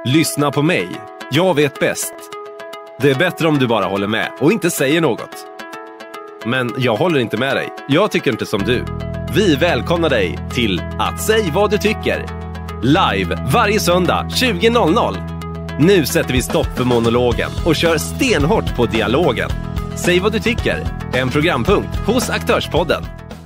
Lyssna på mig. Jag vet bäst. Det är bättre om du bara håller med och inte säger något. Men jag håller inte med dig. Jag tycker inte som du. Vi välkomnar dig till Att säg vad du tycker. Live varje söndag 20.00. Nu sätter vi stopp för monologen och kör stenhårt på dialogen. Säg vad du tycker. En programpunkt hos Aktörspodden.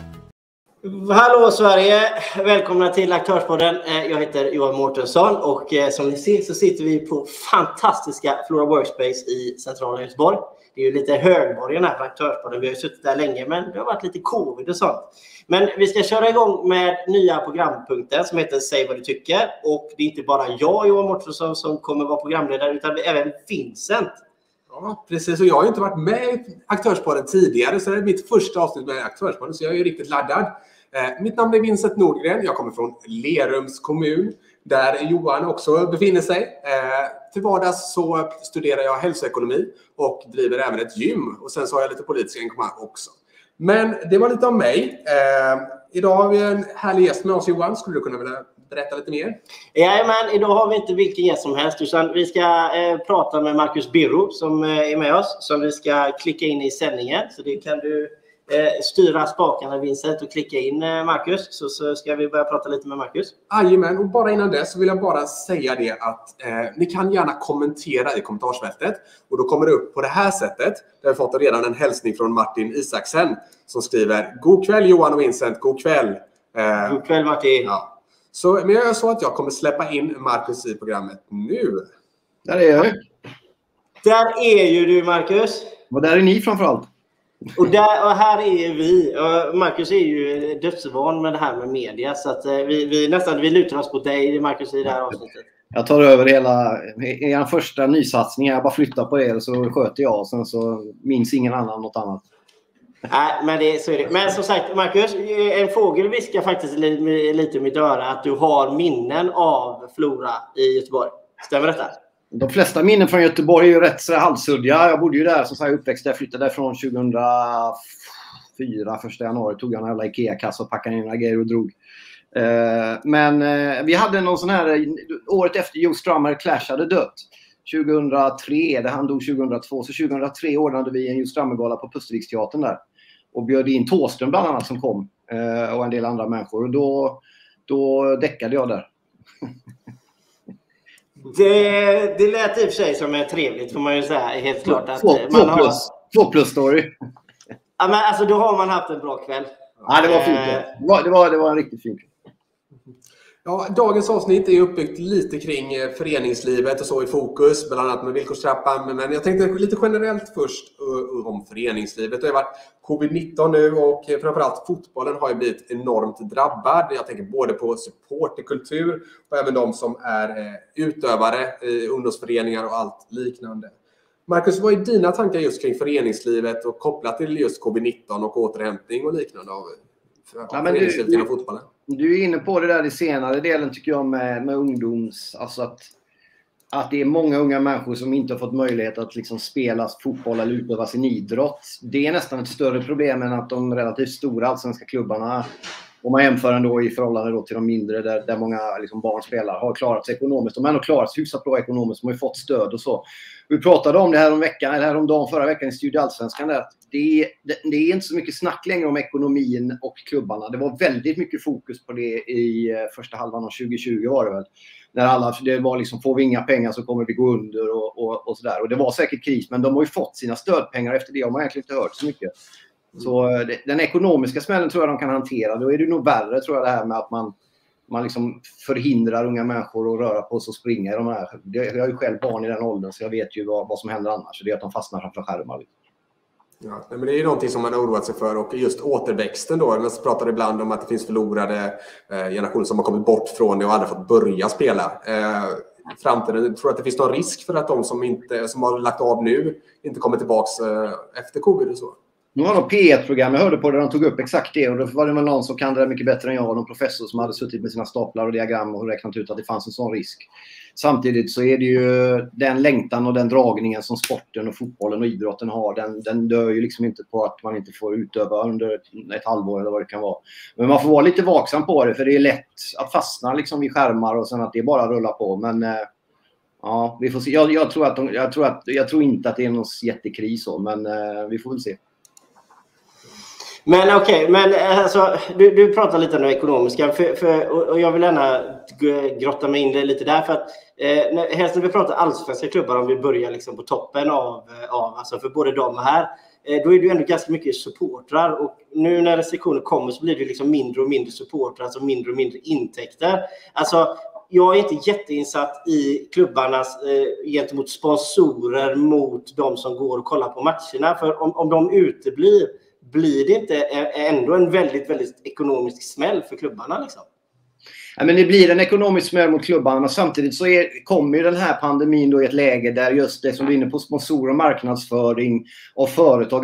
Hallå Sverige, välkomna till Aktörspodden. Jag heter Johan Mårtensson och som ni ser så sitter vi på fantastiska Flora Workspace i centrala Göteborg. Det är ju lite högborgen här på Aktörspodden, vi har ju suttit där länge men det har varit lite covid och sånt. Men vi ska köra igång med nya programpunkter som heter Säg vad du tycker. Och det är inte bara jag, Johan Mårtensson, som kommer vara programledare utan även Vincent. Ja, precis. Och jag har ju inte varit med i Aktörspodden tidigare så det är mitt första avsnitt med Aktörspodden så jag är ju riktigt laddad. Mitt namn är Vincent Nordgren. Jag kommer från Lerums kommun där Johan också befinner sig. Till vardags så studerar jag hälsoekonomi och driver även ett gym. Och sen så har jag lite politisk engagemang också. Men det var lite om mig. Idag har vi en härlig gäst med oss, Johan. Skulle du kunna vilja berätta lite mer? Jajamän, idag har vi inte vilken gäst som helst utan vi ska prata med Marcus Birro som är med oss. Som vi ska klicka in i sändningen. Så det kan du styra spakarna Vincent och klicka in Marcus. Så ska vi börja prata lite med Marcus. Jajamän, och bara innan det så vill jag bara säga det att ni kan gärna kommentera i kommentarsfältet. Och då kommer det upp på det här sättet. Där vi fått redan en hälsning från Martin Isaksen som skriver: God kväll Johan och Vincent, god kväll. God kväll Martin. Ja. Så, men jag gör så att jag kommer släppa in Marcus i programmet nu. Där är jag. Där är ju du Marcus. Och där är ni framförallt. Och här är vi. Marcus är ju dödsvan med det här med media. Så att vi lutar oss på dig Marcus i det här avsnittet. Jag tar över hela er första nysatsning. Jag bara flyttar på er så sköter jag. Och sen så minns ingen annan något annat. Nej, men så är det. Men som sagt, Marcus, en fågel viskar faktiskt lite i mitt öra att du har minnen av Flora i Göteborg. Stämmer detta? De flesta minnen från Göteborg är ju rätt så halvsuddiga. Jag bodde ju där som sagt uppväxt där. Jag flyttade därifrån 2004, 1 januari. Tog jag en jävla Ikea-kassa och packade in några grejer och drog. Men vi hade någon sån här, året efter Joe Strummer Clash hade dött. 2003, där han dog 2002. Så 2003 ordnade vi en Joe Strummer-gala på Pusterviksteatern där. Och bjöd in Thåström bland annat som kom. Och en del andra människor. Och då däckade jag där. Det lät i och för sig som är trevligt får man ju säga. Helt klart att Två plus story. Ja, men alltså då har man haft en bra kväll. Ja, det var fint. Det var en riktigt fin kväll. Ja, dagens avsnitt är uppbyggt lite kring föreningslivet och så i fokus, bland annat med villkorstrappan. Men jag tänkte lite generellt först om föreningslivet. Det har varit covid-19 nu och framförallt fotbollen har ju blivit enormt drabbad. Jag tänker både på supporterkultur och även de som är utövare i ungdomsföreningar och allt liknande. Marcus, vad är dina tankar just kring föreningslivet och kopplat till just covid-19 och återhämtning och liknande av föreningslivet inom fotbollen? Du är inne på det där i senare delen tycker jag med ungdoms... Alltså att det är många unga människor som inte har fått möjlighet att liksom spela fotboll eller utöva sin idrott. Det är nästan ett större problem än att de relativt stora allsvenska klubbarna, om man jämför ändå i förhållande då till de mindre där många liksom barn spelar, har klarat sig ekonomiskt. De har ändå klarat sig hyfsat bra ekonomiskt. De har ju fått stöd och så. Vi pratade om det här om veckan, eller här om dagen förra veckan i Studio Allsvenskan. Det är inte så mycket snack längre om ekonomin och klubbarna. Det var väldigt mycket fokus på det i första halvan av 2020 var det väl. När det var liksom, får vi inga pengar så kommer vi gå under och sådär. Och det var säkert kris, men de har ju fått sina stödpengar efter det. Och man har egentligen inte hört så mycket. Så den ekonomiska smällen tror jag de kan hantera. Då är det nog värre tror jag det här med att man liksom förhindrar unga människor att röra på sig och springa i de här. Jag har ju själv barn i den åldern så jag vet ju vad som händer annars. Det är att de fastnar framför skärmar. Ja, men det är ju någonting som man har oroat sig för och just återväxten då. Man pratar ibland om att det finns förlorade generationer som har kommit bort från det och aldrig fått börja spela. Framtiden, tror att det finns någon risk för att de som har lagt av nu inte kommer tillbaks efter covid och så? Nu har de P1-program, jag hörde på det, de tog upp exakt det och då var det väl någon som kan det mycket bättre än jag och någon professor som hade suttit med sina staplar och diagram och räknat ut att det fanns en sån risk. Samtidigt så är det ju den längtan och den dragningen som sporten och fotbollen och idrotten har, den dör ju liksom inte på att man inte får utöva under ett halvår eller vad det kan vara. Men man får vara lite vaksam på det för det är lätt att fastna liksom vid skärmar och sen att det bara rullar på. Men Ja, vi får se. Jag tror inte att det är någon jättekris så, men vi får väl se. Men okej, men alltså, du pratar lite om det ekonomiska och jag vill gärna grotta mig in det lite där, för att helst när vi pratar allsvenska klubbar, om vi börjar liksom på toppen av alltså för både dem och här, då är det ju ändå ganska mycket supportrar, och nu när restriktioner kommer så blir det liksom mindre och mindre supportrar, alltså mindre och mindre intäkter. Alltså jag är inte jätteinsatt i klubbarnas gentemot sponsorer mot de som går och kollar på matcherna, för om de uteblir, blir det inte ändå en väldigt, väldigt ekonomisk smäll för klubbarna liksom? Ja, men det blir en ekonomisk smäll mot klubbarna, men samtidigt så kommer ju den här pandemin då i ett läge där just det som du är inne på, sponsorer och marknadsföring av företag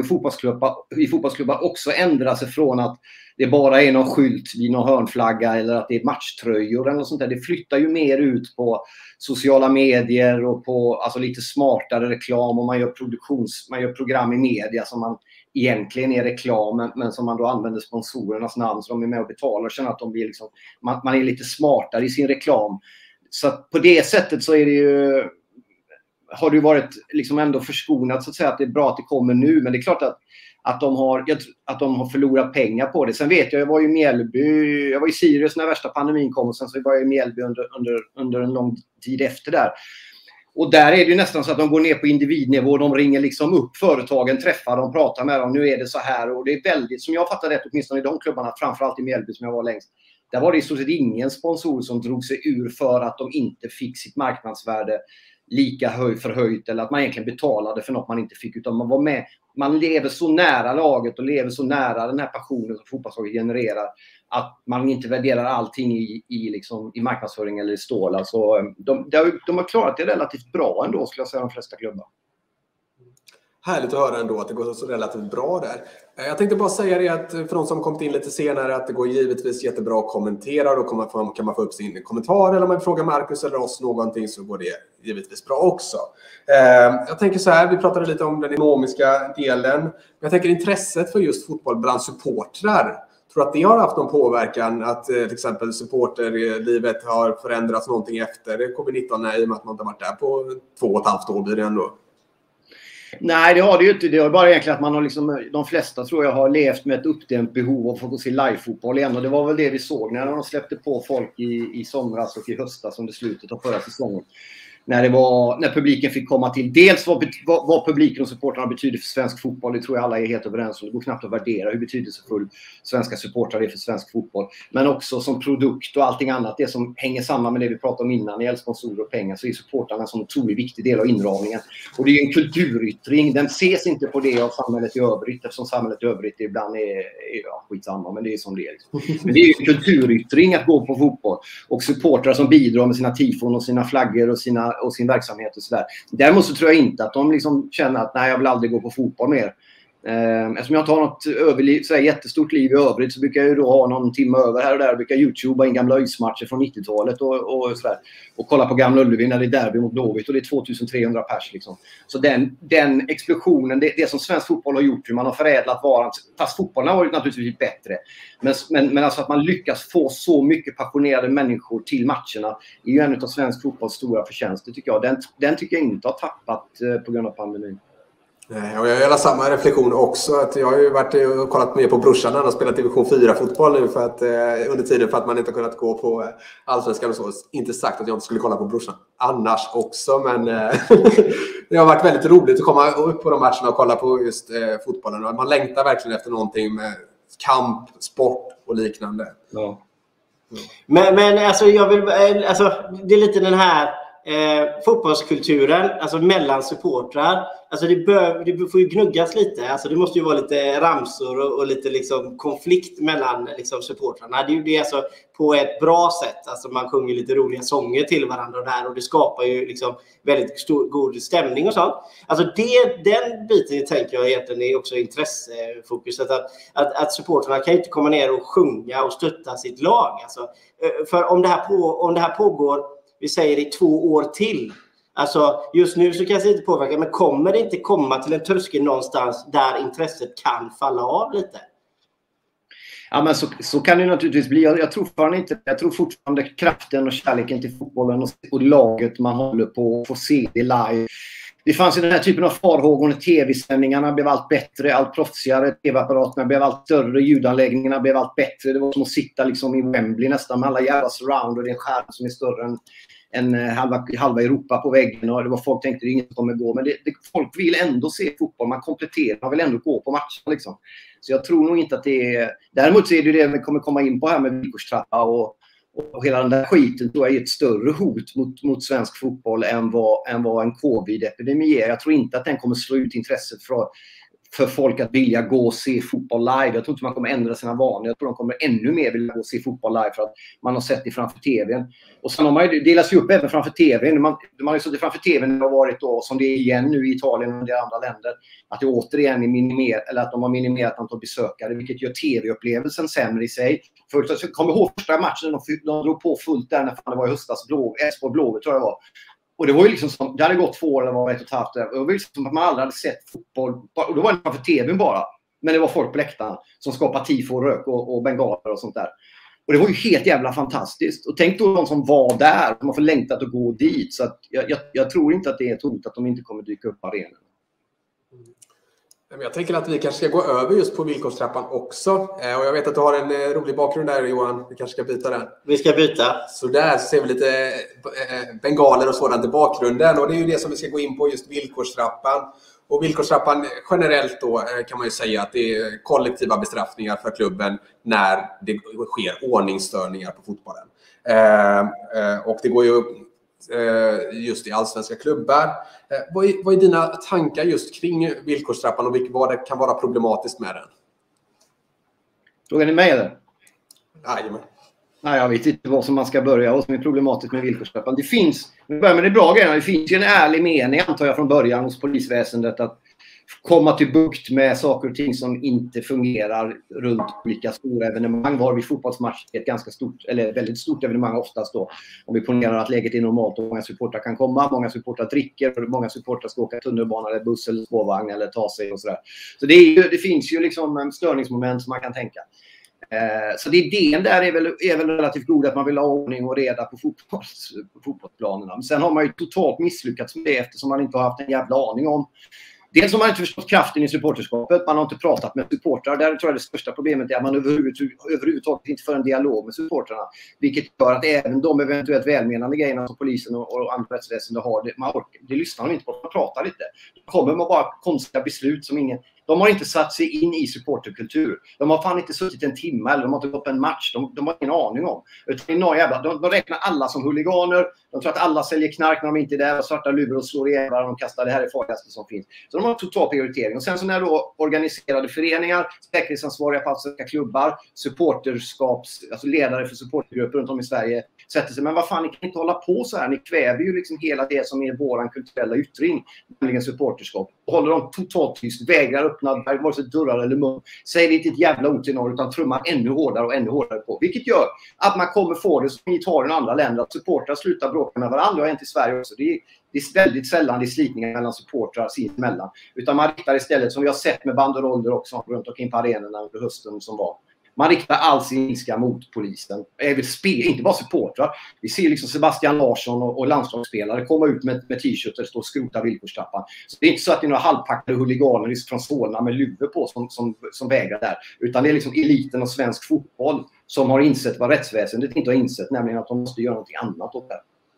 i fotbollsklubbar också ändrar sig från att det bara är någon skylt vid någon hörnflagga eller att det är matchtröjor eller något sånt där. Det flyttar ju mer ut på sociala medier och på alltså lite smartare reklam, och man gör program i media som man egentligen är reklam, men som man då använder sponsorernas namn så de är med och betalar och känner att de blir liksom, man är lite smartare i sin reklam. Så att på det sättet så är det ju, har det ju varit liksom ändå förskonat så att säga, att det är bra att det kommer nu, men det är klart att de har förlorat pengar på det. Sen vet jag var ju i Mjällby, jag var i Sirius när värsta pandemin kom, och sen så var jag i Mjällby under en lång tid efter där. Och där är det ju nästan så att de går ner på individnivå, de ringer liksom upp företagen, träffar dem, pratar med dem, nu är det så här, och det är väldigt, som jag fattar rätt, åtminstone i de klubbarna, framförallt i Mjällby som jag var längst, där var det i stort sett ingen sponsor som drog sig ur för att de inte fick sitt marknadsvärde lika förhöjt, eller att man egentligen betalade för något man inte fick, utan man var med, man lever så nära laget och lever så nära den här passionen som fotbollslaget genererar, att man inte värderar allting i marknadsföring eller i stål. Alltså, de har klarat det relativt bra ändå, skulle jag säga, de flesta klubbar. Härligt att höra ändå att det går så relativt bra där. Jag tänkte bara säga det att för de som kommit in lite senare, att det går givetvis jättebra att kommentera. Då kan man få upp sin kommentar, eller om man frågar Marcus eller oss någonting, så går det givetvis bra också. Jag tänker så här, vi pratade lite om den ekonomiska delen. Jag tänker intresset för just fotboll bland supportrar. Tror att det har haft någon påverkan, att till exempel supporterlivet har förändrats någonting efter covid-19, i och med att man inte varit där på 2,5 år blir det ändå? Nej, det har det ju inte. Det är bara egentligen att man har liksom, de flesta tror jag har levt med ett uppdämt behov av att få gå se live-fotboll igen. Och det var väl det vi såg när de släppte på folk i somras och i höstas under slutet av förra säsongen. När publiken fick komma till. Dels vad publiken och supportrarna betyder för svensk fotboll. Det tror jag alla är helt överens om. Det går knappt att värdera hur betydelsefull svenska supportrar är för svensk fotboll. Men också som produkt och allting annat. Det som hänger samman med det vi pratade om innan. När det gäller sponsorer och pengar, så är supportrarna en sån otroligt viktig del av inramningen. Och det är ju en kulturyttring. Den ses inte på det av samhället i övrigt. Eftersom samhället i övrigt ibland är skitsamma. Men det är som det är. Men det är ju en kulturyttring att gå på fotboll. Och supportrar som bidrar med sina tifon och sina flaggor och sin verksamhet och sådär. Däremot så tror jag inte att de liksom känner att nej, jag vill aldrig gå på fotboll mer. Eftersom jag inte har något jättestort liv i övrigt, så brukar jag ju då ha någon timme över här och där. Jag brukar YouTubea in gamla ÖIS-matcher från 90-talet och sådär. Och kolla på Gamla Ullevi när det är derby mot Blåvitt, och det är 2300 pers liksom. Så den explosionen, det som svensk fotboll har gjort, hur man har förädlat varan, fast fotbollen har varit naturligtvis bättre. Men alltså att man lyckas få så mycket passionerade människor till matcherna är ju en av svensk fotbolls stora förtjänster, tycker jag. Den tycker jag inte har tappat på grund av pandemin. Nej, och jag gör samma reflektion också. Att jag har ju varit och kollat mer på brorsan när han har spelat division 4-fotboll nu, för att, under tiden för att man inte har kunnat gå på allsvenskan och så. Inte sagt att jag inte skulle kolla på brorsan annars också, men det har varit väldigt roligt att komma upp på de matcherna och kolla på just fotbollen. Man längtar verkligen efter någonting med kamp, sport och liknande. Ja. Men alltså, det är lite den här fotbollskulturen, alltså mellan supportrar, alltså det får ju gnuggas lite, alltså det måste ju vara lite ramsor och lite liksom konflikt mellan liksom supportrarna. Det är ju det alltså på ett bra sätt, alltså man sjunger lite roliga sånger till varandra där, och det skapar ju liksom väldigt god stämning och sånt. Alltså den biten tänker jag egentligen är också intressefokuset, att supportrarna kan ju inte komma ner och sjunga och stötta sitt lag, alltså, för om det här pågår, vi säger i 2 år till. Alltså just nu så kanske det inte påverkar, men kommer det inte komma till en tröskel någonstans där intresset kan falla av lite? Ja, men så kan det naturligtvis bli. Jag tror fortfarande inte. Jag tror fortfarande kraften och kärleken till fotbollen och laget man håller på att få se det live. Det fanns ju den här typen av farhågor när tv-sändningarna blev allt bättre, allt proffsigare, tv-apparaterna blev allt större, ljudanläggningarna blev allt bättre. Det var som att sitta liksom i Wembley nästan med alla jävla surround och det är en skärm som är större än halva Europa på väggen. Och det var folk tänkte det är inget som kommer gå. Men folk vill ändå se fotboll, man kompletterar, man vill ändå gå på matchen liksom. Så jag tror nog inte att det är... Däremot så är det vi kommer komma in på här med villkorstrappa och hela den där skiten tror jag är ett större hot mot svensk fotboll än vad en covid-epidemi är. Jag tror inte att den kommer slå ut intresset för folk att vilja gå och se fotboll live. Jag tror inte man kommer ändra sina vanor. Jag tror de kommer ännu mer vilja gå och se fotboll live för att man har sett det framför tvn. Och sen har man ju delas ju upp även framför tvn. Man har ju suttit framför tvn när det har varit då, som det är igen nu i Italien och en del andra länder. Att det återigen är eller att de har minimerat antal besökare, vilket gör tv-upplevelsen sämre i sig. För jag kommer ihåg första matchen de drog på fullt där när det var i höstas. Elfsborg-Blåvitt tror jag det var. Och det var ju liksom som, det hade gått 2 år eller var 1,5 år. Det var ju som att man aldrig hade sett fotboll. Och då var det framför tvn bara. Men det var folk på läktarna som skapade tifo och rök och bengaler och sånt där. Och det var ju helt jävla fantastiskt. Och tänk då de som var där. De har förlängtat att gå dit. Så att jag tror inte att det är ett hot att de inte kommer dyka upp på arenan. Jag tänker att vi kanske ska gå över just på villkorstrappan också. Och jag vet att du har en rolig bakgrund där, Johan. Vi kanske ska byta den. Vi ska byta. Så där ser vi lite bengaler och sådant i bakgrunden. Och det är ju det som vi ska gå in på, just villkorstrappan. Och villkorstrappan generellt då kan man ju säga att det är kollektiva bestraffningar för klubben när det sker ordningsstörningar på fotbollen. Och det går ju just i allsvenska klubbar. Vad är dina tankar just kring villkorstrappan och vad det kan vara problematiskt med den? Frågar ni mig eller? Jajamän. Nej, jag vet inte vad som man ska börja. Vad som är problematiskt med villkorstrappan. Det finns, vi börjar med det bra grejerna. Det finns ju en ärlig mening, antar jag, från början hos polisväsendet att komma till bukt med saker och ting som inte fungerar runt olika stora evenemang. Var vi fotbollsmatch är ett ganska stort, eller väldigt stort evenemang oftast då. Om vi ponerar att läget är normalt och många supportrar kan komma, många supportrar dricker, många supportrar ska åka tunnelbana eller buss eller spårvagn eller ta sig och sådär. Så det finns ju liksom störningsmoment som man kan tänka. Så idén där är väl relativt god, att man vill ha ordning och reda på fotbollsplanerna. Men sen har man ju totalt misslyckats med det eftersom man inte har haft en jävla aning om. Dels har man inte förstått kraften i supporterskapet. Man har inte pratat med supportrar. Där tror jag det största problemet är att man överhuvudtaget inte för en dialog med supportrarna. Vilket gör att även de eventuellt välmenande grejerna som polisen och andra rättsväsende har, det lyssnar de inte på. Man pratar inte. Då kommer man bara konstiga beslut som ingen... De har inte satt sig in i supporterkultur. De har fan inte suttit en timme eller de har inte gått på en match. De har ingen aning om. Utan de räknar alla som huliganer. De tror att alla säljer knark när de inte är där och svarta luvor och slår ihjäl och de kastar det här är farligaste som finns. Så de har total prioritering. Och sen så när då organiserade föreningar, säkerhetsansvariga på allsvenska klubbar, alltså ledare för supportergrupper runt om i Sverige sätter sig. Men vad fan, ni kan inte hålla på så här. Ni kväver ju liksom hela det som är våran kulturella yttring, nämligen supporterskap. Håller de totalt tyst, vägrar öppna vare sig dörrar eller mun. Säger inte ett jävla ord till någon utan trummar ännu hårdare på. Vilket gör att man kommer få det som i Italien och andra länder, att supportrar slutar bråka med varandra och inte i Sverige också. Det är väldigt sällan det är slitningar mellan supportrar sinsemellan. Utan man riktar istället, som vi har sett med banderoller också runt omkring på arenorna under hösten som var. Man riktar all sin ilska mot polisen. Inte bara supportrar. Vi ser liksom Sebastian Larsson och landslagsspelare komma ut med t-shirts och stå och skrota villkorstrappan. Så det är inte så att det är några halvpackade huliganer från Solna med luvor på som vägrar där. Utan det är liksom eliten av svensk fotboll som har insett vad rättsväsendet inte har insett. Nämligen att de måste göra något annat åt det.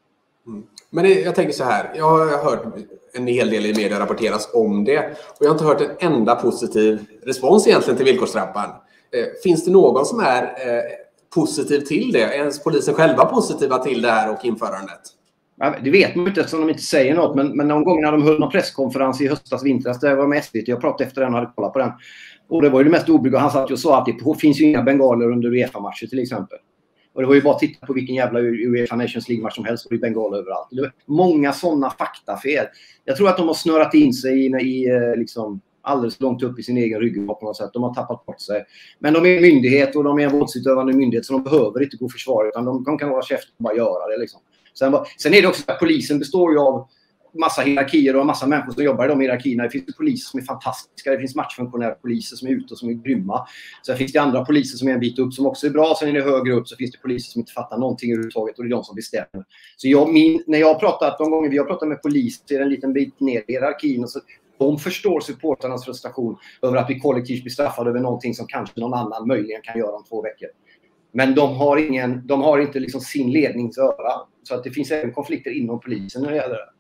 Men jag tänker så här. Jag har hört en hel del i media rapporteras om det. Och jag har inte hört en enda positiv respons egentligen till villkorstrappan. Finns det någon som är positiv till det? Är ens polisen själva positiva till det här och införandet? Ja, det vet man inte eftersom de inte säger något. Men någon gång när de höll någon presskonferens i vintras, där var med SVT. Jag pratade efter den och hade kollat på den. Och det var ju det mest oblyga. Han satt och sa att det finns ju inga bengaler under UEFA-matcher till exempel. Och det var ju bara att titta på vilken jävla UEFA Nations League-match som helst och det är bengaler överallt. Det var många sådana faktafel. Jag tror att de har snörat in sig i liksom... alldeles långt upp i sin egen ryggrad på något sätt. De har tappat bort sig. Men de är en myndighet och de är en våldsutövande myndighet så de behöver inte gå försvar utan de kan vara käft och bara göra det. Liksom. Sen är det också att polisen består ju av massa hierarkier och massa människor som jobbar i de hierarkierna. Det finns poliser som är fantastiska. Det finns matchfunktionära poliser som är ute och som är grymma. Sen finns det andra poliser som är en bit upp som också är bra. Sen är det högre upp så finns det poliser som inte fattar någonting överhuvudtaget och det är de som bestämmer. Så när jag har pratat, de gånger vi har pratat med polis så är det en liten bit ner i hierarkin och så de förstår supportarnas frustration över att vi kollektivt blir straffade över någonting som kanske någon annan möjligen kan göra om 2 veckor. Men de har inte liksom sin ledningsöra. Så att det finns även konflikter inom polisen när det gäller det.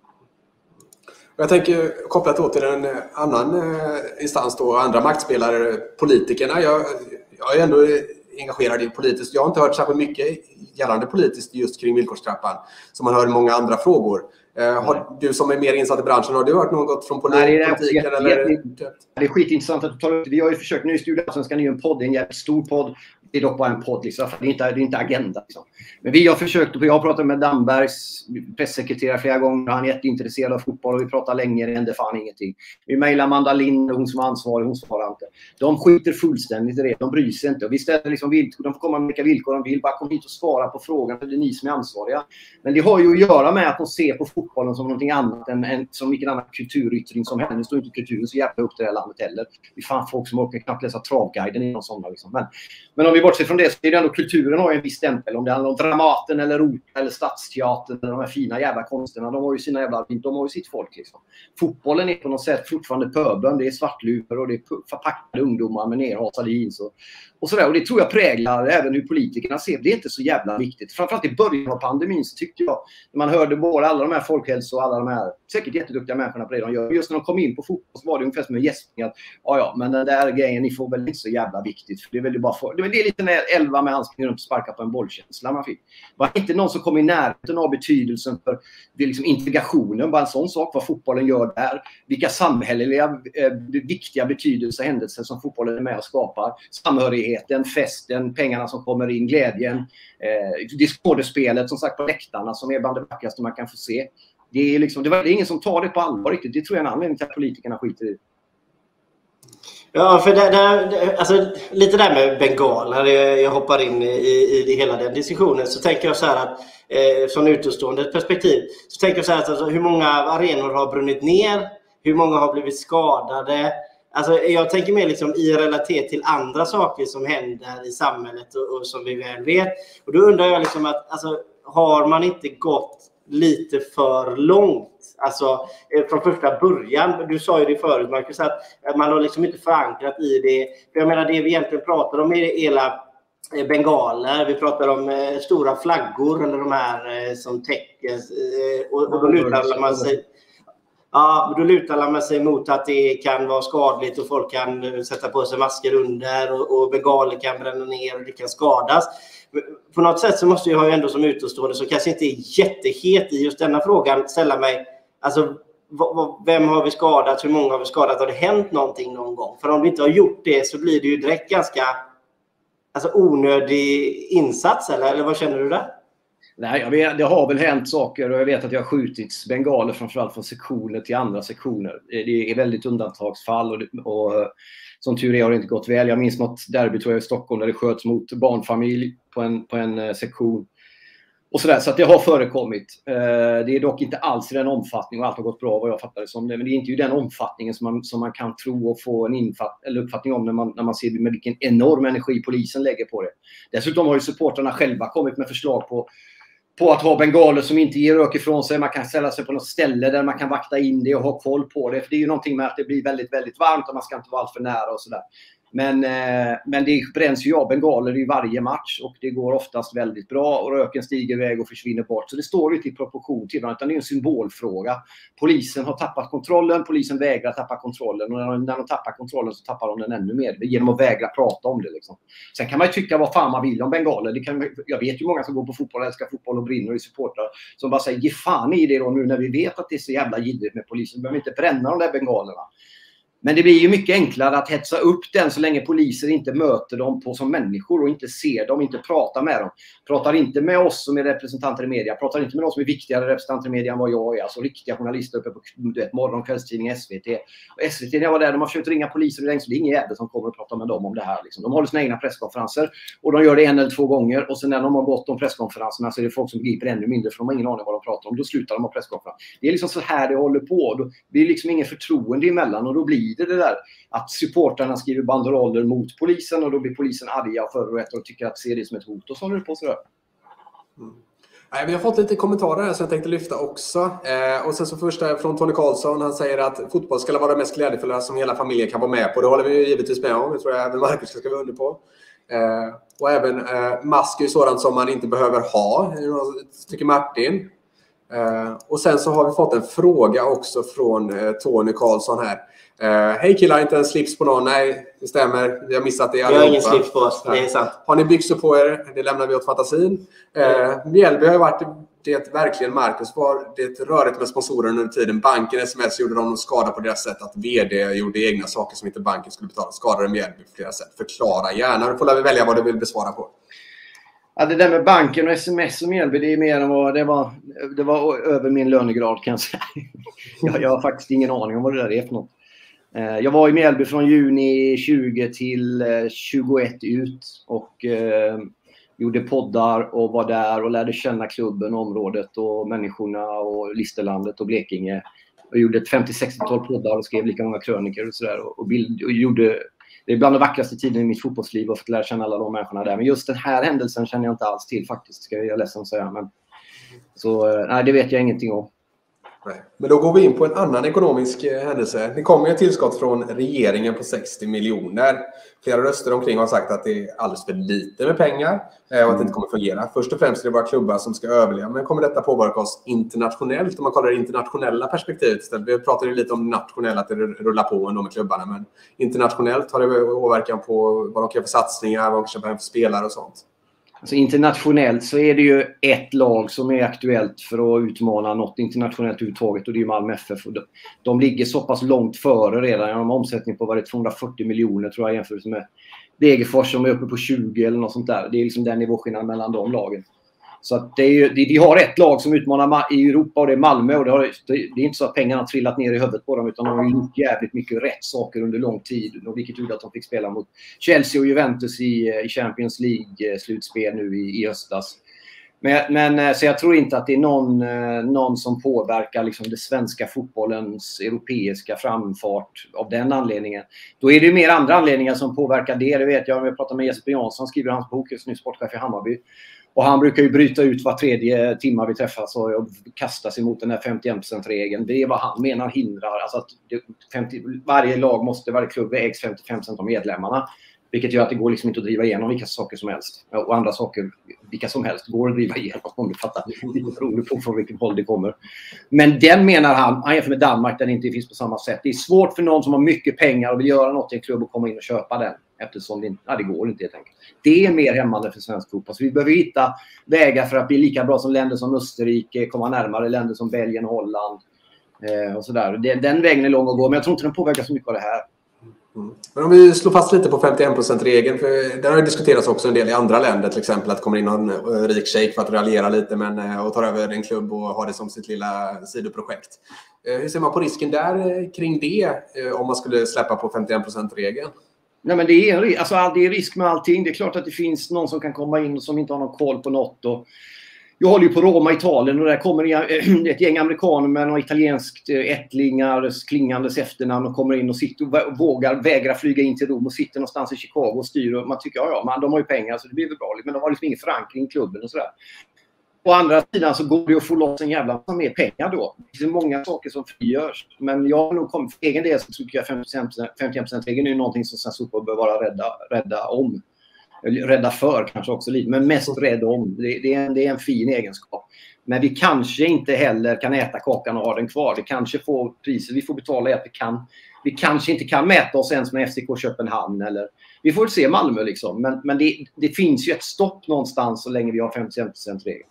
Jag tänker kopplat då till en annan instans då, andra maktspelare, politikerna. Jag är ändå engagerad i politiskt. Jag har inte hört särskilt mycket gällande politiskt just kring villkorstrappan som man hör i många andra frågor. Har du som är mer insatt i branschen, har du hört något från politiken? Det är skitintressant att du tar upp det. Vi har ju försökt nu i Studiosvenskan är ju en podd, en jävligt stor podd. Det är dock bara en podd liksom. Det är inte agenda liksom. Men vi har försökt, jag har pratat med Dambergs pressekreterare flera gånger. Han är jätteintresserad av fotboll och vi pratar länge, det händer fan ingenting. Vi mejlar Amanda Lind, hon som är ansvarig, hon svarar inte. De skiter fullständigt i det, de bryr sig inte. Och vi ställer liksom villkor, de får komma med vilka villkor de vill. Bara kom hit och svara på frågan, för det är ni som är ansvariga. Men det har ju att göra med att de ser på fotbollen som någonting annat än som vilken annan kulturyttring som helst. Det står inte kulturen så jävla upp till det här landet heller. Vi fan folk som orkar knappt läsa Travguiden i någon sån liksom. Men om vi bortser från det så är det ändå kulturen har en viss stämpel. Om det handlar om Dramaten eller Opera eller Stadsteatern eller de här fina jävla konsterna. De har ju sitt folk liksom. Fotbollen är på något sätt fortfarande pöbeln. Det är svartluvor och det är förpackade ungdomar med nerhasade jeans och sådär. Och det tror jag präglar även hur politikerna ser. Det är inte så jävla viktigt. Framförallt i början av pandemin så tyckte jag, när man hörde både alla de här folkhälso och alla de här säkert jätteduktiga människorna på det de gör. Just när de kom in på fotboll så var det ungefär som en gäspning att ja, men den där grejen ni får väl inte så jävla viktigt. För det är väl bara det är lite när 11 med han springer runt och sparkar på en bollkänsla man fick. Var inte någon som kom i närheten av betydelsen för det liksom integrationen, bara en sån sak, vad fotbollen gör där. Vilka samhälleliga viktiga betydelser, händelser som fotbollen är med och skapar. Samhörigheten, festen, pengarna som kommer in, glädjen. Det skådespelet som sagt på läktarna som är bland det vackraste man kan få se. Det är liksom, det är ingen som tar det på allvar riktigt. Det tror jag är en anledning till att politikerna skiter i. Ja, för alltså, lite där med bengaler, jag hoppar in i hela den diskussionen, så tänker jag så här att från utåtstående perspektiv så tänker jag så här att alltså, hur många arenor har brunnit ner, hur många har blivit skadade. Alltså, jag tänker mer liksom i relation till andra saker som händer i samhället och som vi väl vet. Och då undrar jag liksom att alltså, har man inte gått lite för långt, alltså från första början? Du sa ju det förut, Marcus, att man har liksom inte förankrat i det. För jag menar, det vi egentligen pratar om är hela bengaler, vi pratar om stora flaggor eller de här som täcker och då lutar man sig. Ja, då lutar man sig mot att det kan vara skadligt och folk kan sätta på sig masker under och bengaler kan bränna ner och det kan skadas. På något sätt så måste jag ju ändå som utåtstående så kanske inte är jättehet i just denna frågan ställa mig, alltså vem har vi skadat, hur många har vi skadat, har det hänt någonting någon gång? För om vi inte har gjort det så blir det ju direkt ganska onödig insats, eller vad känner du där? Nej, jag vet, det har väl hänt saker och jag vet att jag har skjutits bengaler framförallt från sektioner till andra sektioner. Det är väldigt undantagsfall och som tur är har det inte gått väl. Jag minns något derby tror jag i Stockholm där det sköts mot barnfamilj på en sektion. Och sådär, så att det har förekommit. Det är dock inte alls i den omfattning och allt har gått bra vad jag fattar det som det. Men det är inte i den omfattningen som man kan tro och få en uppfattning om när man ser med vilken enorm energi polisen lägger på det. Dessutom har ju supporterna själva kommit med förslag på att ha bengaler som inte ger rök ifrån sig. Man kan ställa sig på något ställe där man kan vakta in det och ha koll på det. För det är ju någonting med att det blir väldigt, väldigt varmt och man ska inte vara allt för nära och sådär. Men det bränns ju av bengaler i varje match och det går oftast väldigt bra och röken stiger iväg och försvinner bort. Så det står ju inte i proportion till varandra, utan det är en symbolfråga. Polisen har tappat kontrollen, polisen vägrar tappa kontrollen och när de tappar kontrollen så tappar de den ännu mer genom att vägra prata om det. Liksom. Sen kan man ju tycka vad fan man vill om bengaler. Jag vet ju många som går på fotboll och älskar fotboll och brinner och är supportrar som bara säger ge fan i det då nu när vi vet att det är så jävla gidigt med polisen. Vi behöver inte bränna de där bengalerna. Men det blir ju mycket enklare att hetsa upp den så länge poliser inte möter dem på som människor och inte ser dem, inte pratar med dem. Pratar inte med oss som är representanter i media, pratar inte med dem som är viktigare representanter i media än vad jag är. Alltså riktiga journalister uppe på morgon- och kvällstidning SVT. Och SVT när jag var där, de har försökt ringa poliser längst, det är ingen jävel som kommer och pratar med dem om det här. Liksom. De håller sina egna presskonferenser och de gör det 1 eller 2 gånger. Och sen när de har gått de presskonferenserna så är det folk som begriper ännu mindre för de har ingen aning vad de pratar om. Då slutar de ha presskonferens. Det är liksom så här det håller på. Då blir det liksom ingen förtroende emellan och då blir det där att supportarna skriver banderoller mot polisen och då blir polisen arga och tycker att ser det som ett hot och så håller det på sådär. Vi har fått lite kommentarer här som jag tänkte lyfta också. Och sen så första från Tony Karlsson. Han säger att fotboll ska vara det mest glädjefulla som hela familjen kan vara med på. Det håller vi givetvis med om. Det tror jag även Marcus ska vara under på. Och även mask är sådant som man inte behöver ha, tycker Martin. Och sen så har vi fått en fråga också från Tony Karlsson här. Hej killar, inte en slips på någon. Nej, det stämmer. Vi har missat det. Vi har ingen slips på oss, det är sant. Har ni byxor på er? Det lämnar vi åt fantasin. Mjällby har ju varit det verkligen, Marcus, var det rörigt med sponsorer under tiden. Banken SMS gjorde de skada på deras sätt. Att vd gjorde egna saker som inte banken skulle betala. Skadade Mjällby på flera sätt. Förklara gärna. Du får välja vad du vill besvara på. Ja, det där med banken och sms och Mjällby, det är mer än vad det var över min lönegrad kan jag säga. Jag har faktiskt ingen aning om vad det där är för något. Jag var i Mjällby från juni 20 till 21 ut och gjorde poddar och var där och lärde känna klubben, området och människorna och Listerlandet och Blekinge. Och gjorde ett 50-60-tal poddar och skrev lika många krönikor och sådär. Och gjorde, det är bland de vackraste tiden i mitt fotbollsliv och fått lära känna alla de människorna där. Men just den här händelsen känner jag inte alls till faktiskt, ska jag ledsen säga. Men, så nej, det vet jag ingenting om. Nej. Men då går vi in på en annan ekonomisk händelse. Det kommer ett tillskott från regeringen på 60 miljoner. Flera röster omkring har sagt att det är alldeles för lite med pengar och att det inte kommer fungera. Först och främst är det våra klubbar som ska överleva. Men kommer detta påverka oss internationellt? Om man kollar det internationella perspektivet istället. Vi pratade lite om nationellt, att det rullar på ändå med klubbarna. Men internationellt har det påverkan på vad de kan för satsningar, vad de kan köpa för spelare och sånt. Alltså internationellt så är det ju ett lag som är aktuellt för att utmana något internationellt uttaget och det är Malmö FF. De ligger så pass långt före redan. De har omsättning på 240 miljoner tror jag jämfört med Degerfors som är uppe på 20 eller något sånt där. Det är liksom den nivåskillnaden mellan de lagen. Så att vi har ett lag som utmanar i Europa och det är Malmö och det är inte så att pengarna har trillat ner i huvudet på dem utan de har gjort jävligt mycket rätt saker under lång tid. Och vilket gjorde att de fick spela mot Chelsea och Juventus i Champions League-slutspel nu i höstas. Men så jag tror inte att det är någon som påverkar liksom det svenska fotbollens europeiska framfart av den anledningen. Då är det ju mer andra anledningar som påverkar det. Det vet jag om jag pratar med Jesper Jansson, skriver hans bok just nu, sportchef i Hammarby. Och han brukar ju bryta ut var 3:e timme vi träffas och kasta sig mot den här 51%-regeln. Det är vad han menar hindrar. Alltså att varje klubb ägs 55% av medlemmarna. Vilket gör att det går liksom inte att driva igenom vilka saker som helst. Och andra saker, vilka som helst, går att driva igenom om du fattar. Lite beroende på från vilken håll det kommer. Men den menar han jämför med Danmark där det inte finns på samma sätt. Det är svårt för någon som har mycket pengar och vill göra något i en klubb och komma in och köpa den. Eftersom det går inte helt enkelt. Det är mer hämmande för svensk fotboll. Så vi behöver hitta vägar för att bli lika bra som länder som Österrike, komma närmare länder som Belgien och Holland. Och sådär. Den vägen är lång att gå, men jag tror inte den påverkar så mycket av det här. Men om vi slår fast lite på 51%-regeln, för där har det diskuterats också en del i andra länder, till exempel att kommer in någon rik shejk för att raljera lite och tar över en klubb och har det som sitt lilla sidoprojekt. Hur ser man på risken där kring det om man skulle släppa på 51%-regeln? Nej, men det är risk med allting. Det är klart att det finns någon som kan komma in och som inte har någon koll på något. Och jag håller ju på Roma, Italien, och där kommer ett gäng amerikaner med några italienskt ättlingar klingandes efternamn och kommer in och sitter och vägrar flyga in till Rom och sitter någonstans i Chicago och styr. Och man tycker men de har ju pengar så det blir väl bra. Men de har liksom ingen förankring i klubben och sådär. Å andra sidan så går det att få loss en jävla massa mer pengar då. Det finns många saker som frigörs. Men jag har nog kommit för egen del så tycker jag 51%-regeln är någonting som svensk fotboll bör vara rädda om. Rädda för kanske också lite, men mest rädd om. Det är en fin egenskap. Men vi kanske inte heller kan äta kakan och ha den kvar. Vi kanske får priser vi får betala är att vi kanske inte kan mäta oss ens med FCK Köpenhamn. Eller, vi får se Malmö liksom. Men det finns ju ett stopp någonstans så länge vi har 51%-regeln.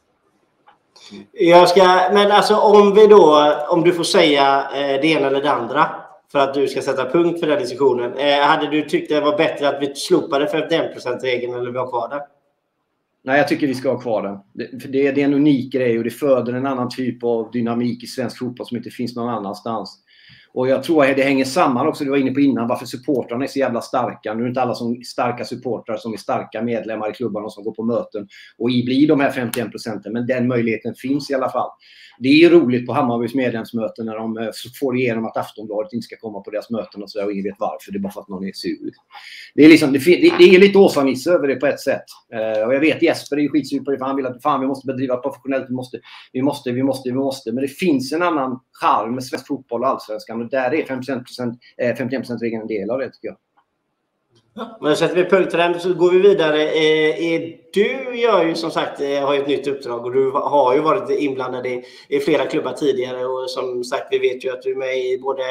Men alltså om du får säga det ena eller det andra. för att du ska sätta punkt för den diskussionen. Hade du tyckt det var bättre att vi slopade 51%-regeln eller vi har kvar den? Nej, jag tycker vi ska ha kvar den. Det är en unik grej och det föder en annan typ av dynamik i svensk fotboll som inte finns någon annanstans. Och jag tror att det hänger samman också, du var inne på innan, varför supportrarna är så jävla starka. Nu är det inte alla som starka supportrar som är starka medlemmar i klubbarna som går på möten och blir de här 51%, men den möjligheten finns i alla fall. Det är ju roligt på Hammarbys medlemsmöten när de får igenom att Aftonbladet inte ska komma på deras möten och så där, och ingen vet varför, det är bara för att någon är sur. Det är liksom, det är lite Åsa-Nisse över det på ett sätt. Och jag vet Jesper är ju skitsur på det, för han vill att vi måste bedriva professionellt, vi måste. Men det finns en annan charm med svensk fotboll och allsvenskan, och där är 51%-regeln en del av det, tycker jag. Men sätter vi punkt till den så går vi vidare. Du gör ju som sagt har ett nytt uppdrag och du har ju varit inblandad i flera klubbar tidigare, och som sagt vi vet ju att du är med i både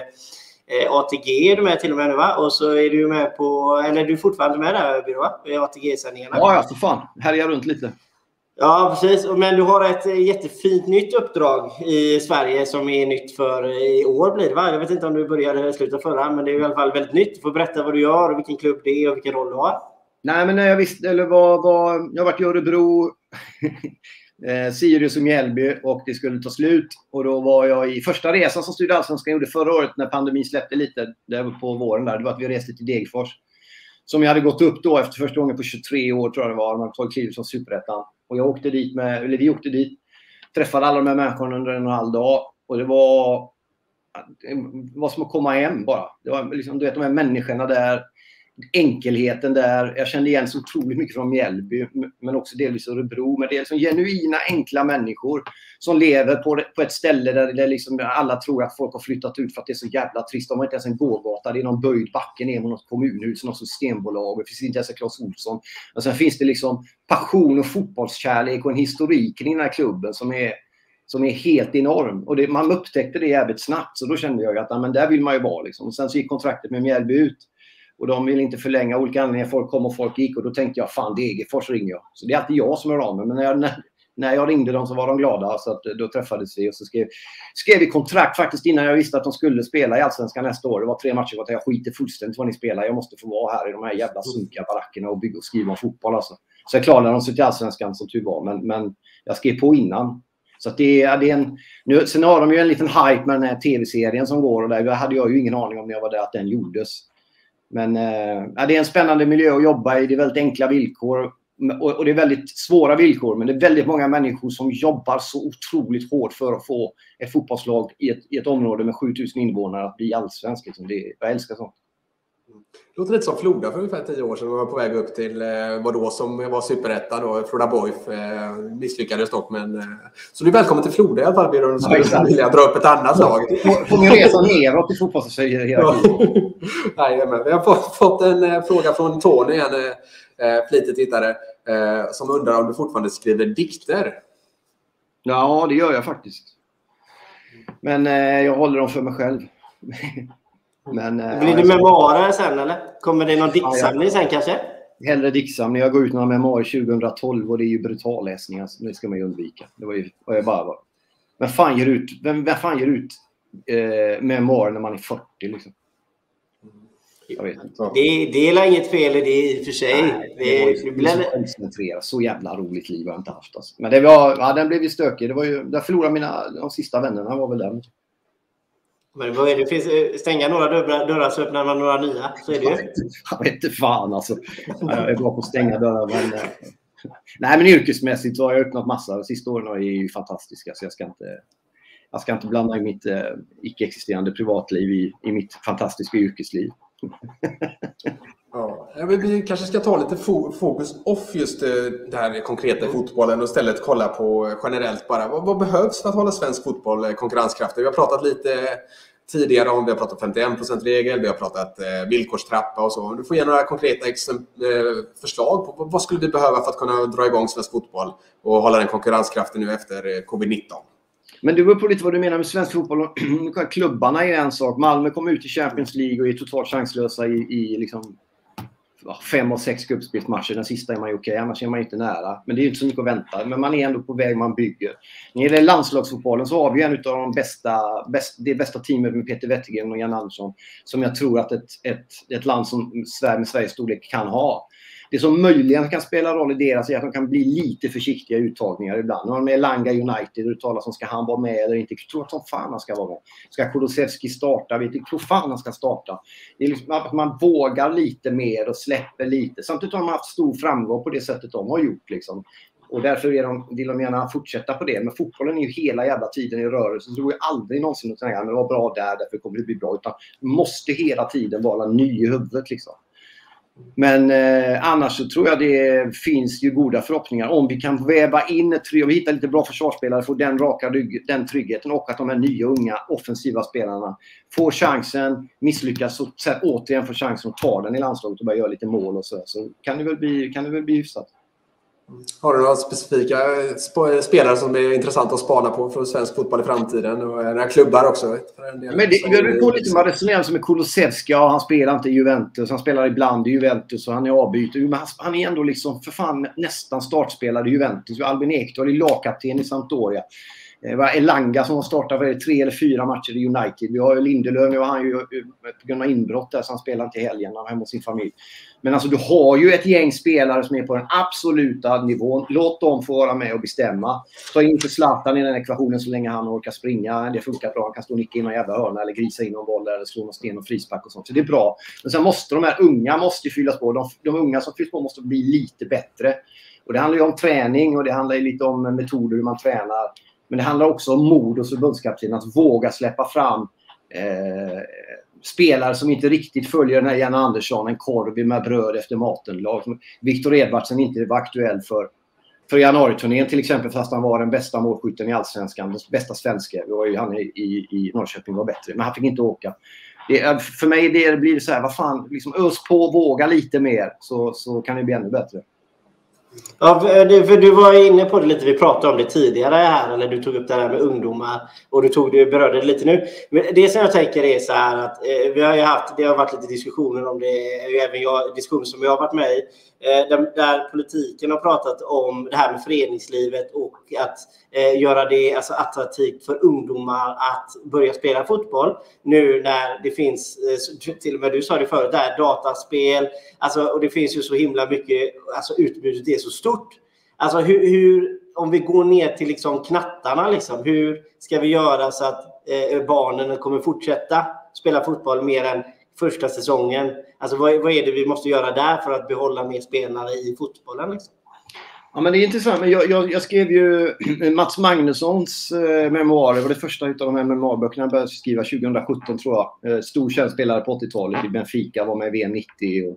ATG är du med till och med nu, va? Och så är du med på, eller du är fortfarande med där, va? I ATG-sändningarna. Ja, för fan. Här är jag runt lite. Ja, precis. Men du har ett jättefint nytt uppdrag i Sverige som är nytt för i år blir det, va? Jag vet inte om du började sluta förra, men det är i alla fall väldigt nytt. Du får berätta vad du gör och vilken klubb det är och vilken roll du har. Nej, men jag visste, eller jag har varit i Örebro, Sirius och Mjällby, och det skulle ta slut. Och då var jag i första resan som styrde allsvenskan gjorde förra året när pandemin släppte lite, det var på våren där. Det var att vi reste till Degerfors. Som jag hade gått upp då efter första gången på 23 år, tror jag det var. Man tog klivet som superettan. Och jag åkte dit vi åkte dit. Träffade alla de här människorna under 1,5 dag. Och det var som att komma hem bara. Det var liksom, du vet, de här människorna där. Enkelheten där. Jag kände igen så otroligt mycket från Mjällby, men också delvis Örebro. Men det är liksom genuina, enkla människor som lever på ett ställe där liksom alla tror att folk har flyttat ut för att det är så jävla trist. De har inte ens en gågata. Det är någon böjd backe ner mot något kommunhus, något systembolag. Det finns inte ens en Claes Olsson. Och sen finns det liksom passion och fotbollskärlek och en historik i den här klubben som är helt enorm. Och man upptäckte det jävligt snabbt. Så då kände jag att men där vill man ju vara. Liksom. Och sen så gick kontraktet med Mjällby ut. Och de ville inte förlänga, olika anledningar. Folk kom och folk gick. Och då tänkte jag, fan Degerfors ringer jag. Så det är alltid jag som är av mig. Men när jag ringde dem så var de glada. Så att då träffades vi och så skrev vi kontrakt faktiskt innan jag visste att de skulle spela i Allsvenskan nästa år. Det var 3 matcher. Jag skiter fullständigt vad ni spelar. Jag måste få vara här i de här jävla sunkiga barackerna och bygga och skriva om fotboll. Alltså. Så jag klarade dem sig till Allsvenskan som tur var. Men jag skrev på innan. Så att det är sen har de ju en liten hype med den här tv-serien som går. Och där hade jag ju ingen aning om när jag var där att den gjordes. Men det är en spännande miljö att jobba i. Det är väldigt enkla villkor. Och det är väldigt svåra villkor. Men det är väldigt många människor som jobbar så otroligt hårt för att få ett fotbollslag i ett område med 7000 invånare att bli allsvensk. Liksom. Jag älskar sånt. Det låter lite som Floda för ungefär 10 år sedan. Vi var på väg upp till vad då som var superetta då. Floda Boif misslyckades dock. Men, så du är välkommen till Floda i alla fall. Blir du skulle vilja dra upp ett annat lag. Får ni resa neråt i fotbollshierarkin? Nej, men vi har fått en fråga från Tony, en flitig tittare, som undrar om du fortfarande skriver dikter. Ja, det gör jag faktiskt. Men jag håller dem för mig själv. Men, blir det memoarer sen eller? Kommer det någon diktsamling sen kanske? Hellre diktsamling. Jag går ut några memoarer 2012 och det är ju brutalläsningar. Så det ska man ju undvika. Det var ju bara... Vem fan ger ut memoarer när man är 40 liksom? Jag vet inte. Det är inget fel i det i och för sig. Nej, så jävla roligt liv har jag inte haft. Alltså. Men den blev ju stökig. Det var ju, där förlorade de sista vännerna var väl där. Men vad är det? Finns stänga några dörrar så öppnar man några nya. Så är det ju. Jag vet inte fan alltså. Jag är bra på att stänga dörrar. Nej, men yrkesmässigt så har jag öppnat massa. De sista åren är ju fantastiska. Så jag ska inte blanda i mitt icke-existerande privatliv i mitt fantastiska yrkesliv. Ja, vi kanske ska ta lite fokus off just det här konkreta fotbollen och istället kolla på generellt bara. Vad behövs för att hålla svensk fotboll konkurrenskraftig? Vi har pratat lite tidigare om, vi har pratat 51%-regel, vi har pratat villkorstrappa och så. Du får ge några konkreta förslag på vad skulle vi behöva för att kunna dra igång svensk fotboll och hålla den konkurrenskraftig nu efter covid-19? Men det beror på lite vad du menar med svensk fotboll. Klubbarna är en sak. Malmö kom ut i Champions League och är totalt chanslösa i liksom 5 av 6 gruppspelsmatcher. Den sista är man ju okej, annars är man inte nära. Men det är ju inte så mycket att vänta. Men man är ändå på väg, man bygger. När det gäller landslagsfotbollen så har vi en av de det bästa teamet med Peter Wettergren och Jan Andersson som jag tror att ett land som Sverige med Sveriges storlek kan ha. Det som möjligen kan spela roll i deras är att de kan bli lite försiktiga i uttagningar ibland. Nu har de med Langa United och talas om ska han vara med eller inte. Jag tror att som fan han ska vara med. Ska Kulusevski starta? Vet inte, tror fan han ska starta. Det är liksom att man vågar lite mer och släpper lite. Samtidigt har de haft stor framgång på det sättet de har gjort. Liksom. Och därför vill de gärna fortsätta på det. Men fotbollen är ju hela jävla tiden i rörelse. Så det går ju aldrig någonsin att tänka att det var bra där, därför kommer det bli bra. Utan måste hela tiden vara ny i huvudet liksom. Men annars så tror jag det finns ju goda förhoppningar om vi kan väva in om vi hittar lite bra försvarsspelare, får den raka den tryggheten och att de här nya unga offensiva spelarna får chansen, misslyckas och sen återigen får chansen att ta den i landslaget och börja göra lite mål och så kan det väl bli hyfsat. Har du några specifika spelare som är intressanta att spana på för svensk fotboll i framtiden och några klubbar också? Men det går lite med resonemang som är Kulusevski. Ja, han spelar inte i Juventus. Han spelar ibland i Juventus och han är avbyter. Men han är ändå liksom för fan nästan startspelare i Juventus. Albin Ekdal är lagkapten i Sampdoria. Elanga som har startat för 3 eller 4 matcher i United. Vi har ju Lindelöf, nu har han ju på grund av inbrott där så han spelar inte i helgen, han är hemma hos sin familj. Men alltså du har ju ett gäng spelare som är på den absoluta nivån. Låt dem få vara med och bestämma. Ta in för Zlatan i den ekvationen så länge han orkar springa. Det funkar bra. Han kan stå och nicka in någon jävla hörna eller grisa in någon boll eller slå någon sten och frispark och sånt. Så det är bra. Men sen måste de här unga fyllas på. De unga som fylls på måste bli lite bättre. Och det handlar ju om träning och det handlar ju lite om metoder hur man tränar. Men det handlar också om mod och förbundskapten att våga släppa fram spelare som inte riktigt följer den här Jan Andersson, en korv med bröd efter maten. Viktor Edvardsen inte var aktuell för januariturnén till exempel, fast han var den bästa målskytten i Allsvenskan, den bästa svenska. Han i Norrköping var bättre, men han fick inte åka. För mig det blir så här, vad fan, liksom ös på, våga lite mer så kan det bli ännu bättre. Ja, för du var inne på det lite, vi pratade om det tidigare här, eller du tog upp det här med ungdomar och du berörde det lite nu. Men det som jag tänker är så här att det har varit lite diskussioner om det, även diskussioner som jag har varit med i, där politiken har pratat om det här med föreningslivet och att göra det alltså attraktivt för ungdomar att börja spela fotboll. Nu när det finns, till och med du sa det förut, där dataspel, alltså, och det finns ju så himla mycket, alltså utbudet är så stort. Alltså hur om vi går ner till liksom knattarna, liksom, hur ska vi göra så att barnen kommer fortsätta spela fotboll mer än första säsongen? Alltså vad är det vi måste göra där för att behålla mer spelare i fotbollen? Liksom? Ja, men det är intressant. Men jag skrev ju Mats Magnussons memoarer. Det var det första av de här memoarböckerna jag började skriva 2017 tror jag. Stor känd spelare på 80-talet i Benfica, var med i VM 90 och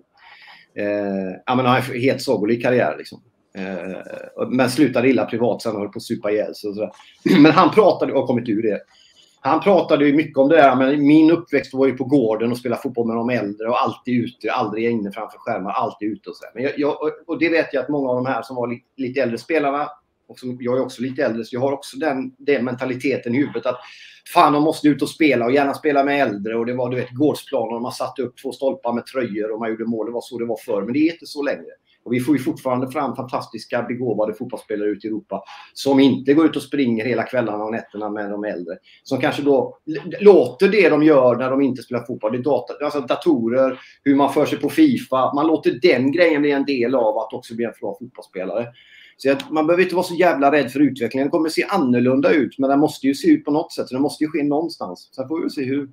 han har en helt sagolik karriär liksom. Men slutade illa privat, sen höll på att supa ihjäl sig och sådär. Men han pratade, och kommit ur det. Han pratade ju mycket om det där, men min uppväxt var ju på gården och spela fotboll med de äldre och alltid ute, aldrig inne framför skärmar, alltid ute och så. Men och det vet jag att många av de här som var lite äldre spelarna, och som jag är också lite äldre, så jag har också den mentaliteten i huvudet att fan, de måste ut och spela och gärna spela med äldre. Och det var, du vet, gårdsplaner och man satte upp 2 stolpar med tröjor och man gjorde mål. Det var så det var förr, men det är inte så längre. Och vi får ju fortfarande fram fantastiska begåvade fotbollsspelare ute i Europa som inte går ut och springer hela kvällarna och nätterna med de äldre. Som kanske då låter det de gör när de inte spelar fotboll. Det är alltså datorer, hur man för sig på FIFA. Man låter den grejen bli en del av att också bli en bra fotbollsspelare. Så man behöver inte vara så jävla rädd för utvecklingen. Den kommer att se annorlunda ut, men den måste ju se ut på något sätt. Så det måste ju ske någonstans. Sen får vi se hur.